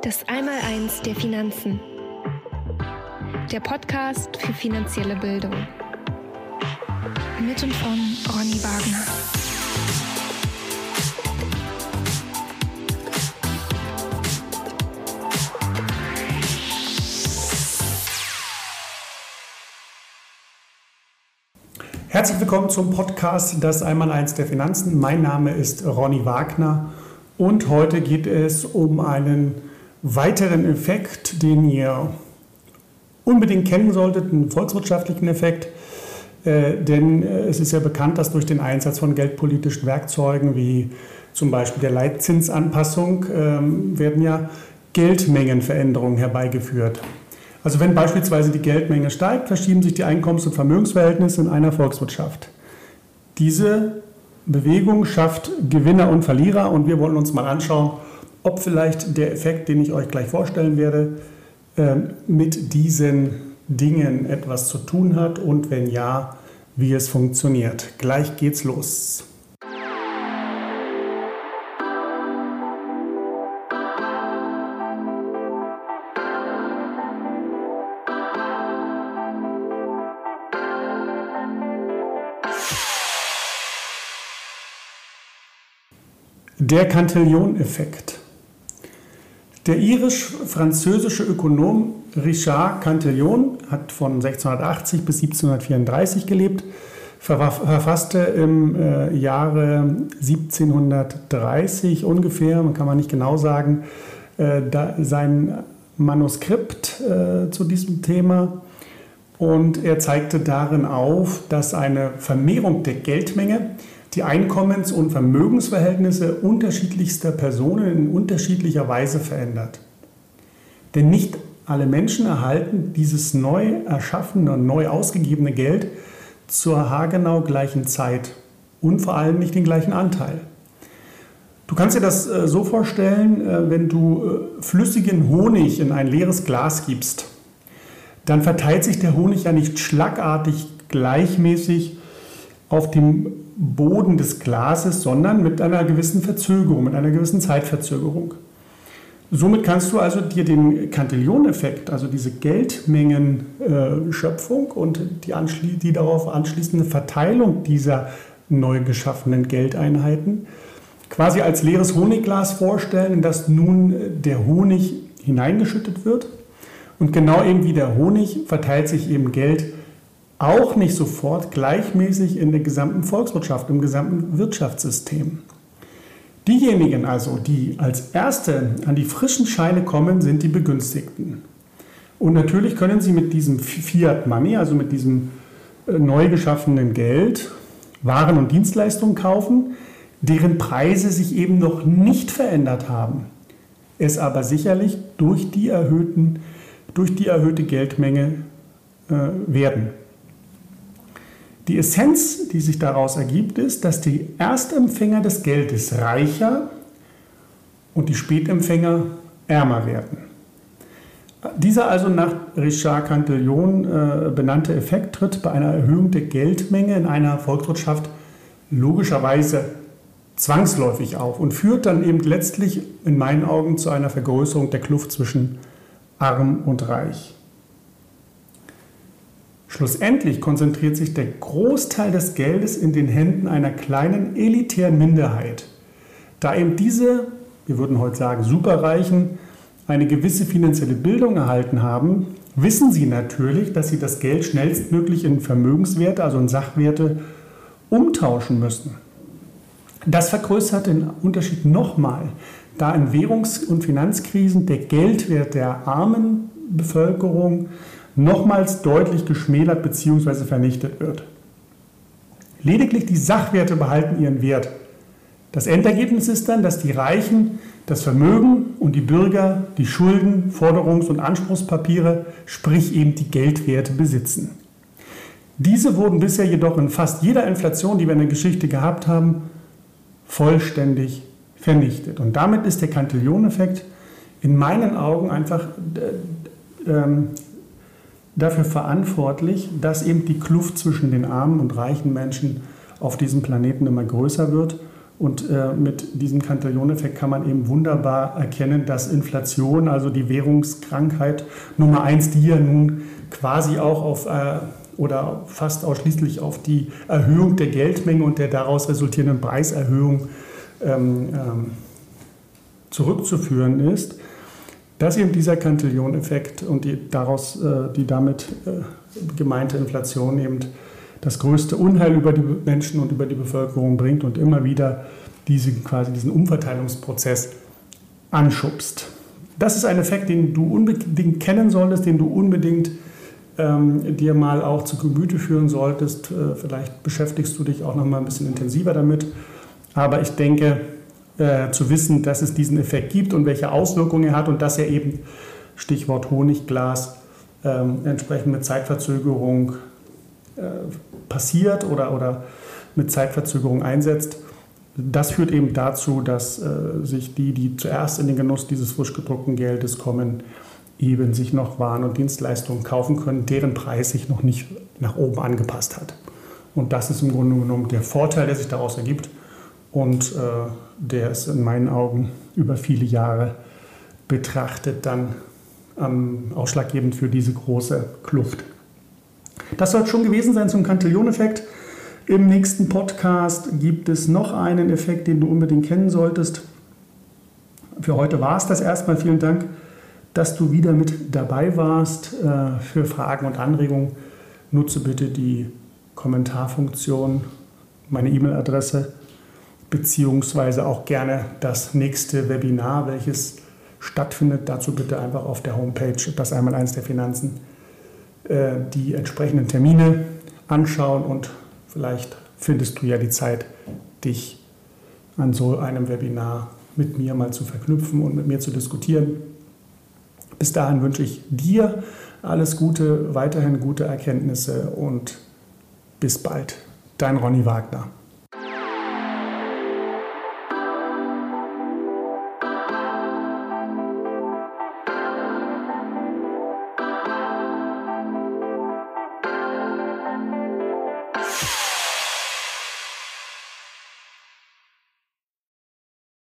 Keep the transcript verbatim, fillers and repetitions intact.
Das Einmaleins der Finanzen. Der Podcast für finanzielle Bildung. Mit und von Ronny Wagner. Herzlich willkommen zum Podcast Das Einmaleins der Finanzen. Mein Name ist Ronny Wagner und heute geht es um einen weiteren Effekt, den ihr unbedingt kennen solltet, einen volkswirtschaftlichen Effekt. Äh, denn äh, es ist ja bekannt, dass durch den Einsatz von geldpolitischen Werkzeugen wie zum Beispiel der Leitzinsanpassung äh, werden ja Geldmengenveränderungen herbeigeführt. Also wenn beispielsweise die Geldmenge steigt, verschieben sich die Einkommens- und Vermögensverhältnisse in einer Volkswirtschaft. Diese Bewegung schafft Gewinner und Verlierer und wir wollen uns mal anschauen, ob vielleicht der Effekt, den ich euch gleich vorstellen werde, mit diesen Dingen etwas zu tun hat und wenn ja, wie es funktioniert. Gleich geht's los. Der Cantillon-Effekt. Der irisch-französische Ökonom Richard Cantillon hat von sechzehnhundertachtzig bis siebzehnhundertvierunddreißig gelebt, verfasste im äh, Jahre siebzehnhundertdreißig ungefähr, man kann man nicht genau sagen, äh, da, sein Manuskript äh, zu diesem Thema. Und er zeigte darin auf, dass eine Vermehrung der Geldmenge die Einkommens- und Vermögensverhältnisse unterschiedlichster Personen in unterschiedlicher Weise verändert. Denn nicht alle Menschen erhalten dieses neu erschaffene und neu ausgegebene Geld zur haargenau gleichen Zeit und vor allem nicht den gleichen Anteil. Du kannst dir das so vorstellen, wenn du flüssigen Honig in ein leeres Glas gibst, dann verteilt sich der Honig ja nicht schlagartig gleichmäßig auf dem Boden des Glases, sondern mit einer gewissen Verzögerung, mit einer gewissen Zeitverzögerung. Somit kannst du also dir den Cantillon-Effekt, also diese Geldmengenschöpfung und die, anschli- die darauf anschließende Verteilung dieser neu geschaffenen Geldeinheiten quasi als leeres Honigglas vorstellen, in das nun der Honig hineingeschüttet wird. Und genau eben wie der Honig verteilt sich eben Geld auch nicht sofort gleichmäßig in der gesamten Volkswirtschaft, im gesamten Wirtschaftssystem. Diejenigen also, die als Erste an die frischen Scheine kommen, sind die Begünstigten. Und natürlich können sie mit diesem Fiat Money, also mit diesem neu geschaffenen Geld, Waren und Dienstleistungen kaufen, deren Preise sich eben noch nicht verändert haben, es aber sicherlich durch die, erhöhten, durch die erhöhte Geldmenge äh, werden. Die Essenz, die sich daraus ergibt, ist, dass die Erstempfänger des Geldes reicher und die Spätempfänger ärmer werden. Dieser also nach Richard Cantillon äh, benannte Effekt tritt bei einer Erhöhung der Geldmenge in einer Volkswirtschaft logischerweise zwangsläufig auf und führt dann eben letztlich in meinen Augen zu einer Vergrößerung der Kluft zwischen arm und reich. Schlussendlich konzentriert sich der Großteil des Geldes in den Händen einer kleinen elitären Minderheit. Da eben diese, wir würden heute sagen, Superreichen, eine gewisse finanzielle Bildung erhalten haben, wissen sie natürlich, dass sie das Geld schnellstmöglich in Vermögenswerte, also in Sachwerte, umtauschen müssen. Das vergrößert den Unterschied nochmal, da in Währungs- und Finanzkrisen der Geldwert der armen Bevölkerung nochmals deutlich geschmälert bzw. vernichtet wird. Lediglich die Sachwerte behalten ihren Wert. Das Endergebnis ist dann, dass die Reichen das Vermögen und die Bürger die Schulden, Forderungs- und Anspruchspapiere, sprich eben die Geldwerte besitzen. Diese wurden bisher jedoch in fast jeder Inflation, die wir in der Geschichte gehabt haben, vollständig vernichtet. Und damit ist der Cantillon-Effekt in meinen Augen einfach äh, äh, dafür verantwortlich, dass eben die Kluft zwischen den armen und reichen Menschen auf diesem Planeten immer größer wird Und äh, mit diesem Cantillon-Effekt kann man eben wunderbar erkennen, dass Inflation, also die Währungskrankheit Nummer eins, die ja nun quasi auch auf äh, oder fast ausschließlich auf die Erhöhung der Geldmenge und der daraus resultierenden Preiserhöhung ähm, ähm, zurückzuführen ist, dass eben dieser Cantillon-Effekt und die daraus äh, die damit äh, gemeinte Inflation eben das größte Unheil über die Menschen und über die Bevölkerung bringt und immer wieder diese, quasi diesen Umverteilungsprozess anschubst. Das ist ein Effekt, den du unbedingt kennen solltest, den du unbedingt ähm, dir mal auch zu Gemüte führen solltest. Äh, vielleicht beschäftigst du dich auch noch mal ein bisschen intensiver damit. Aber ich denke, äh, zu wissen, dass es diesen Effekt gibt und welche Auswirkungen er hat und dass er eben, Stichwort Honigglas, ähm, entsprechend mit Zeitverzögerung äh, passiert oder, oder mit Zeitverzögerung einsetzt. Das führt eben dazu, dass äh, sich die, die zuerst in den Genuss dieses frisch gedruckten Geldes kommen, eben sich noch Waren und Dienstleistungen kaufen können, deren Preis sich noch nicht nach oben angepasst hat. Und das ist im Grunde genommen der Vorteil, der sich daraus ergibt. Und äh, der ist in meinen Augen über viele Jahre betrachtet dann ähm, ausschlaggebend für diese große Kluft. Das soll es schon gewesen sein zum Cantillon-Effekt. Im nächsten Podcast gibt es noch einen Effekt, den du unbedingt kennen solltest. Für heute war es das erstmal. Vielen Dank, dass du wieder mit dabei warst. Für Fragen und Anregungen nutze bitte die Kommentarfunktion, meine E-Mail-Adresse, beziehungsweise auch gerne das nächste Webinar, welches stattfindet. Dazu bitte einfach auf der Homepage das Einmaleins der Finanzen die entsprechenden Termine anschauen und vielleicht findest du ja die Zeit, dich an so einem Webinar mit mir mal zu verknüpfen und mit mir zu diskutieren. Bis dahin wünsche ich dir alles Gute, weiterhin gute Erkenntnisse und bis bald. Dein Ronny Wagner.